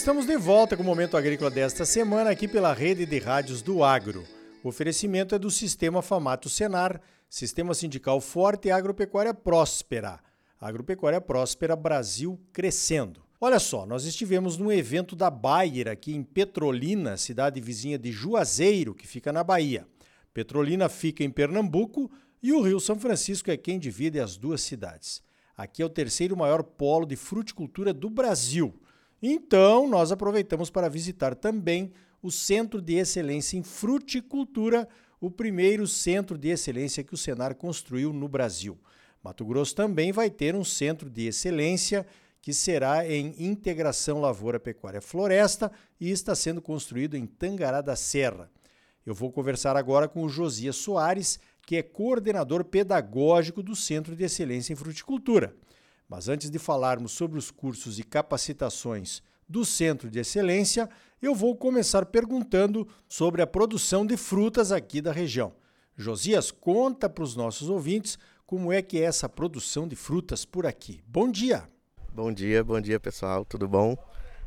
estamos de volta com o Momento Agrícola desta semana aqui pela Rede de Rádios do Agro. O oferecimento é do Sistema Famato Senar, Sistema Sindical Forte e Agropecuária Próspera. Agropecuária Próspera, Brasil crescendo. Olha só, nós estivemos num evento da Bayer aqui em Petrolina, cidade vizinha de Juazeiro, que fica na Bahia. Petrolina fica em Pernambuco e o Rio São Francisco é quem divide as duas cidades. Aqui é o terceiro maior polo de fruticultura do Brasil. Então, nós aproveitamos para visitar também o Centro de Excelência em Fruticultura, o primeiro centro de excelência que o Senar construiu no Brasil. Mato Grosso também vai ter um centro de excelência que será em integração lavoura-pecuária-floresta e está sendo construído em Tangará da Serra. Eu vou conversar agora com o Josias Soares, que é coordenador pedagógico do Centro de Excelência em Fruticultura. Mas antes de falarmos sobre os cursos e capacitações do Centro de Excelência, eu vou começar perguntando sobre a produção de frutas aqui da região. Josias, conta para os nossos ouvintes como é que é essa produção de frutas por aqui. Bom dia! Bom dia pessoal, tudo bom?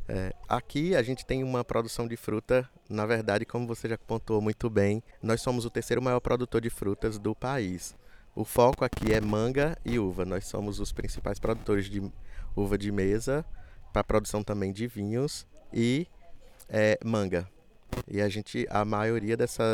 Aqui a gente tem uma produção de fruta, na verdade, como você já pontuou muito bem, nós somos o terceiro maior produtor de frutas do país. O foco aqui é manga e uva. Nós somos os principais produtores de uva de mesa, para produção também de vinhos e manga. E a maioria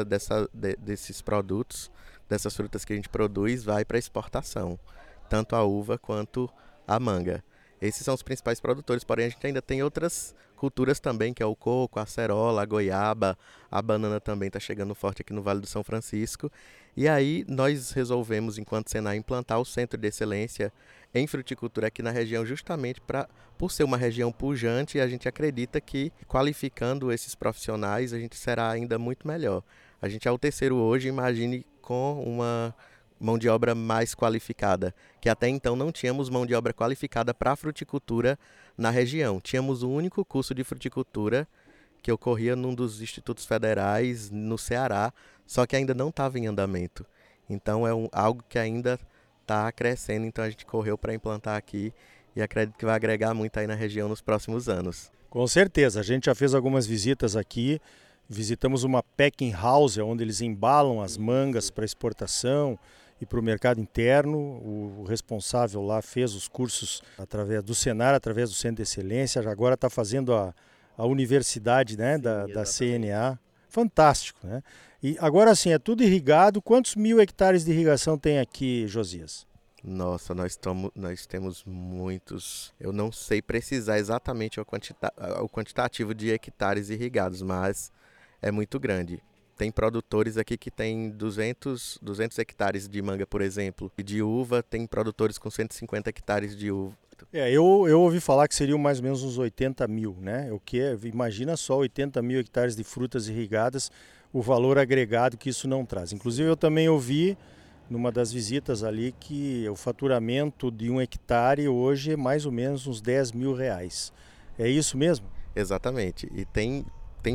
desses produtos, dessas frutas que a gente produz, vai para exportação, tanto a uva quanto a manga. Esses são os principais produtores, porém a gente ainda tem outras culturas também, que é o coco, a acerola, a goiaba, a banana também está chegando forte aqui no Vale do São Francisco. E aí nós resolvemos, enquanto Senai, implantar o Centro de Excelência em Fruticultura aqui na região, justamente por ser uma região pujante, a gente acredita que qualificando esses profissionais a gente será ainda muito melhor. A gente é o terceiro hoje, imagine com uma mão de obra mais qualificada, que até então não tínhamos mão de obra qualificada para fruticultura na região. Tínhamos o único curso de fruticultura que ocorria num dos institutos federais no Ceará, só que ainda não estava em andamento. Então é algo que ainda está crescendo, então a gente correu para implantar aqui e acredito que vai agregar muito aí na região nos próximos anos. Com certeza, a gente já fez algumas visitas aqui, visitamos uma packing house, onde eles embalam as mangas para exportação e para o mercado interno. O responsável lá fez os cursos através do Senar, através do Centro de Excelência, agora está fazendo a universidade, né, da CNA. Fantástico, né? E agora sim, é tudo irrigado. Quantos mil hectares de irrigação tem aqui, Josias? Nossa, nós temos muitos. Eu não sei precisar exatamente o quantitativo de hectares irrigados, mas é muito grande. Tem produtores aqui que tem 200 hectares de manga, por exemplo. E de uva, tem produtores com 150 hectares de uva. Eu ouvi falar que seriam mais ou menos uns 80 mil, né? Imagina só 80 mil hectares de frutas irrigadas, o valor agregado que isso não traz. Inclusive eu também ouvi, numa das visitas ali, que o faturamento de 1 hectare hoje é mais ou menos uns 10 mil reais. É isso mesmo? Exatamente. E tem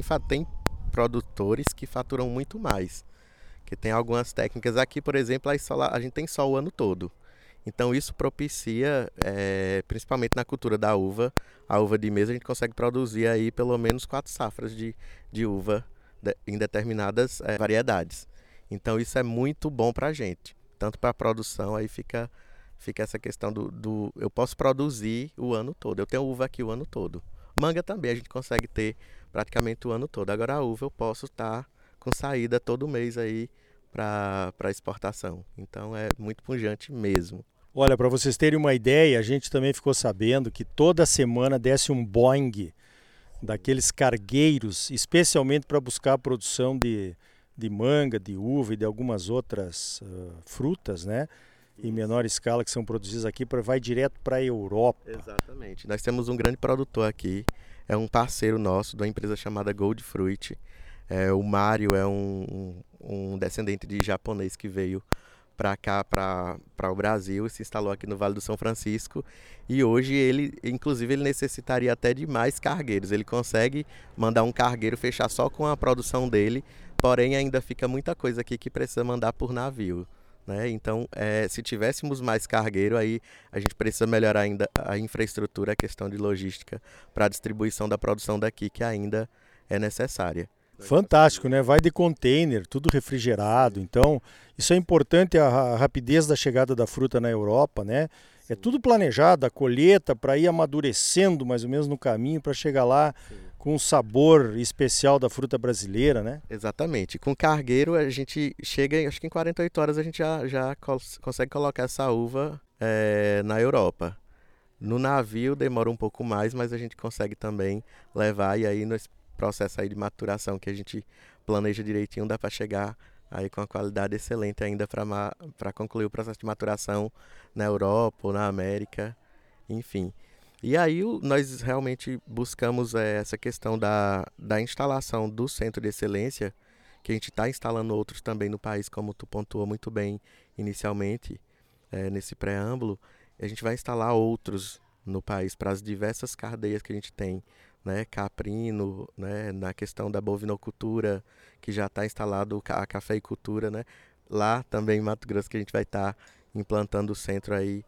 produtores que faturam muito mais, que tem algumas técnicas. Aqui, por exemplo, a gente tem sol o ano todo. Então isso propicia, principalmente na cultura da uva, a uva de mesa, a gente consegue produzir aí pelo menos 4 safras de uva em determinadas variedades. Então isso é muito bom para a gente, tanto para a produção, aí fica essa questão eu posso produzir o ano todo, eu tenho uva aqui o ano todo. Manga também a gente consegue ter praticamente o ano todo. Agora a uva eu posso estar com saída todo mês aí para exportação. Então é muito pujante mesmo. Olha, para vocês terem uma ideia, a gente também ficou sabendo que toda semana desce um Boeing daqueles cargueiros, especialmente para buscar a produção de manga, de uva e de algumas outras frutas, né? Em menor escala, que são produzidas aqui, vai direto para a Europa. Exatamente. Nós temos um grande produtor aqui, é um parceiro nosso, de uma empresa chamada Gold Fruit. O Mário é um descendente de japonês que veio para cá, para o Brasil, e se instalou aqui no Vale do São Francisco. E hoje ele necessitaria até de mais cargueiros. Ele consegue mandar um cargueiro fechar só com a produção dele, porém ainda fica muita coisa aqui que precisa mandar por navio. né? Então, se tivéssemos mais cargueiro, aí a gente precisa melhorar ainda a infraestrutura, a questão de logística para a distribuição da produção daqui, que ainda é necessária. Fantástico, né? Vai de container, tudo refrigerado. Então, isso é importante, a rapidez da chegada da fruta na Europa, né? É tudo planejado, a colheita para ir amadurecendo mais ou menos no caminho para chegar lá com um sabor especial da fruta brasileira, né? Exatamente. Com cargueiro a gente chega, acho que em 48 horas a gente já consegue colocar essa uva na Europa. No navio demora um pouco mais, mas a gente consegue também levar, e aí nesse processo aí de maturação que a gente planeja direitinho, dá para chegar aí com a qualidade excelente ainda para concluir o processo de maturação na Europa ou na América, enfim. E aí nós realmente buscamos essa questão da instalação do Centro de Excelência, que a gente está instalando outros também no país, como tu pontuou muito bem inicialmente, nesse preâmbulo. A gente vai instalar outros no país para as diversas cadeias que a gente tem, né, caprino, né, na questão da bovinocultura, que já está instalado a cafeicultura, né, lá também em Mato Grosso que a gente vai estar implantando o centro aí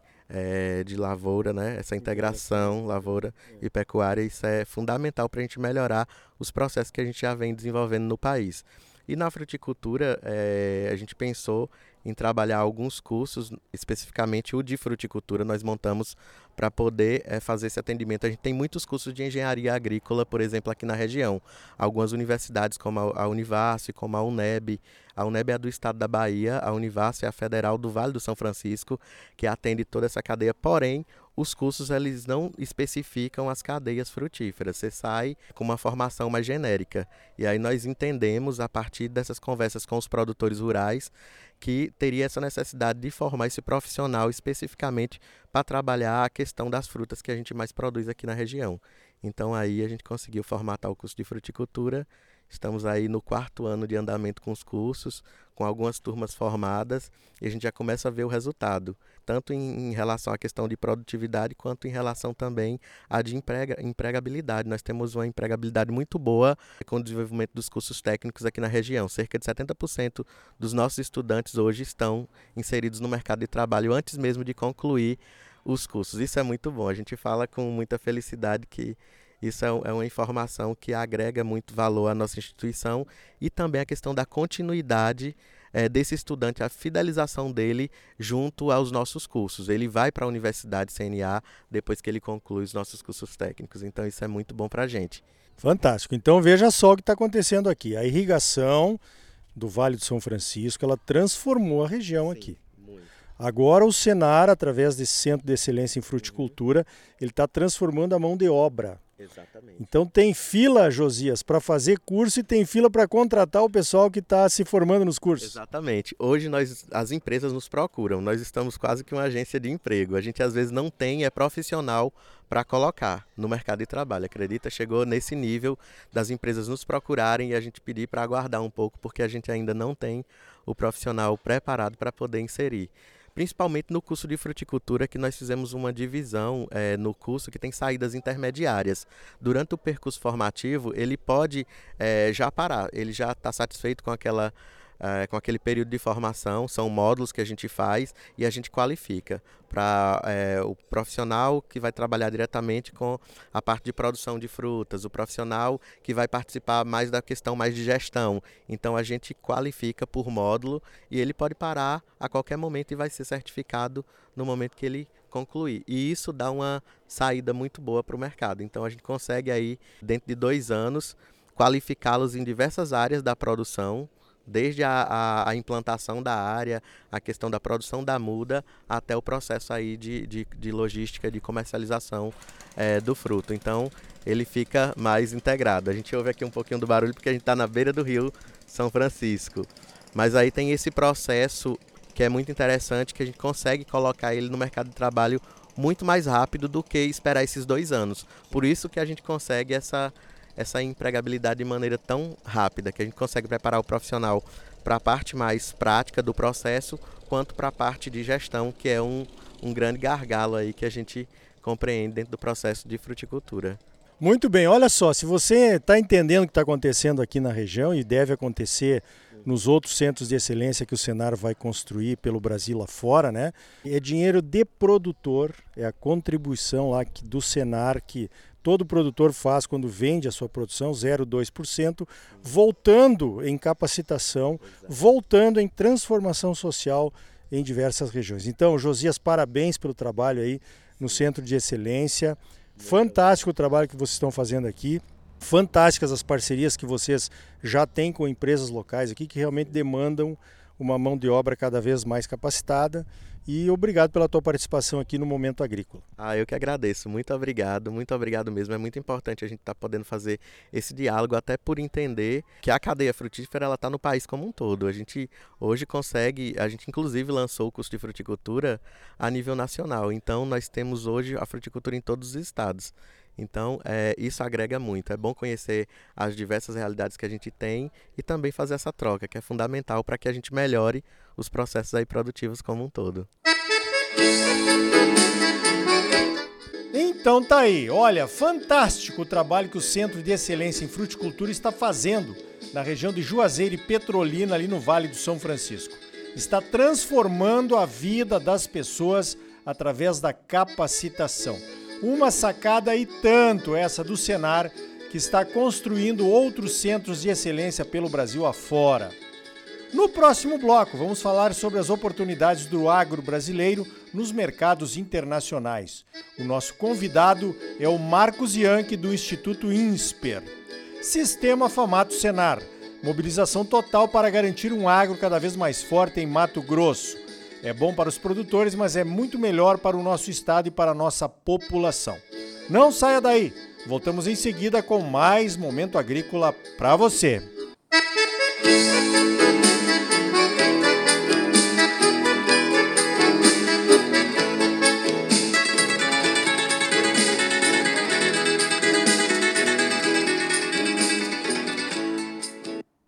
de lavoura, né, essa integração lavoura e pecuária, isso é fundamental para a gente melhorar os processos que a gente já vem desenvolvendo no país. E na fruticultura, a gente pensou em trabalhar alguns cursos, especificamente o de fruticultura, nós montamos para poder fazer esse atendimento. A gente tem muitos cursos de engenharia agrícola, por exemplo, aqui na região. Algumas universidades, como a Univasf, como a UNEB. A UNEB é do estado da Bahia, a Univasf é a federal do Vale do São Francisco, que atende toda essa cadeia, porém, os cursos eles não especificam as cadeias frutíferas, você sai com uma formação mais genérica. E aí nós entendemos, a partir dessas conversas com os produtores rurais, que teria essa necessidade de formar esse profissional especificamente para trabalhar a questão das frutas que a gente mais produz aqui na região. Então aí a gente conseguiu formatar o curso de fruticultura. Estamos aí no 4º ano de andamento com os cursos, com algumas turmas formadas, e a gente já começa a ver o resultado, tanto em relação à questão de produtividade, quanto em relação também à de empregabilidade. Nós temos uma empregabilidade muito boa com o desenvolvimento dos cursos técnicos aqui na região. Cerca de 70% dos nossos estudantes hoje estão inseridos no mercado de trabalho antes mesmo de concluir os cursos. Isso é muito bom, a gente fala com muita felicidade que isso é uma informação que agrega muito valor à nossa instituição, e também a questão da continuidade desse estudante, a fidelização dele junto aos nossos cursos. Ele vai para a Universidade CNA depois que ele conclui os nossos cursos técnicos, então isso é muito bom para a gente. Fantástico. Então veja só o que está acontecendo aqui. A irrigação do Vale do São Francisco, ela transformou a região aqui. Agora o Senar, através desse Centro de Excelência em Fruticultura, ele está transformando a mão de obra. Exatamente. Então tem fila, Josias, para fazer curso, e tem fila para contratar o pessoal que está se formando nos cursos. Exatamente. Hoje as empresas nos procuram, nós estamos quase que uma agência de emprego. A gente às vezes não tem profissional para colocar no mercado de trabalho. Acredita? Chegou nesse nível das empresas nos procurarem e a gente pedir para aguardar um pouco, porque a gente ainda não tem o profissional preparado para poder inserir. Principalmente no curso de fruticultura, que nós fizemos uma divisão no curso que tem saídas intermediárias. Durante o percurso formativo, ele pode já parar, ele já está satisfeito com aquele período de formação, são módulos que a gente faz e a gente qualifica para o profissional que vai trabalhar diretamente com a parte de produção de frutas, o profissional que vai participar mais da questão mais de gestão. Então a gente qualifica por módulo e ele pode parar a qualquer momento e vai ser certificado no momento que ele concluir. E isso dá uma saída muito boa para o mercado. Então a gente consegue aí, dentro de 2 anos, qualificá-los em diversas áreas da produção, desde a implantação da área, a questão da produção da muda, até o processo aí de logística, de comercialização do fruto. Então, ele fica mais integrado. A gente ouve aqui um pouquinho do barulho porque a gente está na beira do Rio São Francisco. Mas aí tem esse processo que é muito interessante, que a gente consegue colocar ele no mercado de trabalho muito mais rápido do que esperar esses 2 anos. Por isso que a gente consegue essa empregabilidade de maneira tão rápida, que a gente consegue preparar o profissional para a parte mais prática do processo, quanto para a parte de gestão, que é um grande gargalo aí que a gente compreende dentro do processo de fruticultura. Muito bem, olha só, se você está entendendo o que está acontecendo aqui na região e deve acontecer nos outros centros de excelência que o Senar vai construir pelo Brasil afora, né? É dinheiro de produtor, é a contribuição lá do Senar que todo produtor faz quando vende a sua produção, 0,2%, voltando em capacitação, voltando em transformação social em diversas regiões. Então, Josias, parabéns pelo trabalho aí no Centro de Excelência. Fantástico o trabalho que vocês estão fazendo aqui. Fantásticas as parcerias que vocês já têm com empresas locais aqui que realmente demandam uma mão de obra cada vez mais capacitada. E obrigado pela tua participação aqui no Momento Agrícola. Eu que agradeço. Muito obrigado mesmo. É muito importante a gente estar podendo fazer esse diálogo, até por entender que a cadeia frutífera ela está no país como um todo. A gente hoje a gente inclusive lançou o curso de fruticultura a nível nacional. Então nós temos hoje a fruticultura em todos os estados. Então, isso agrega muito. É bom conhecer as diversas realidades que a gente tem e também fazer essa troca, que é fundamental para que a gente melhore os processos aí produtivos como um todo. Então tá aí, olha, fantástico o trabalho que o Centro de Excelência em Fruticultura está fazendo na região de Juazeiro e Petrolina, ali no Vale do São Francisco. Está transformando a vida das pessoas através da capacitação. Uma sacada e tanto essa do Senar, que está construindo outros centros de excelência pelo Brasil afora. No próximo bloco, vamos falar sobre as oportunidades do agro brasileiro nos mercados internacionais. O nosso convidado é o Marcos Yankee, do Instituto INSPER. Sistema Famato Senar, mobilização total para garantir um agro cada vez mais forte em Mato Grosso. É bom para os produtores, mas é muito melhor para o nosso estado e para a nossa população. Não saia daí! Voltamos em seguida com mais Momento Agrícola para você.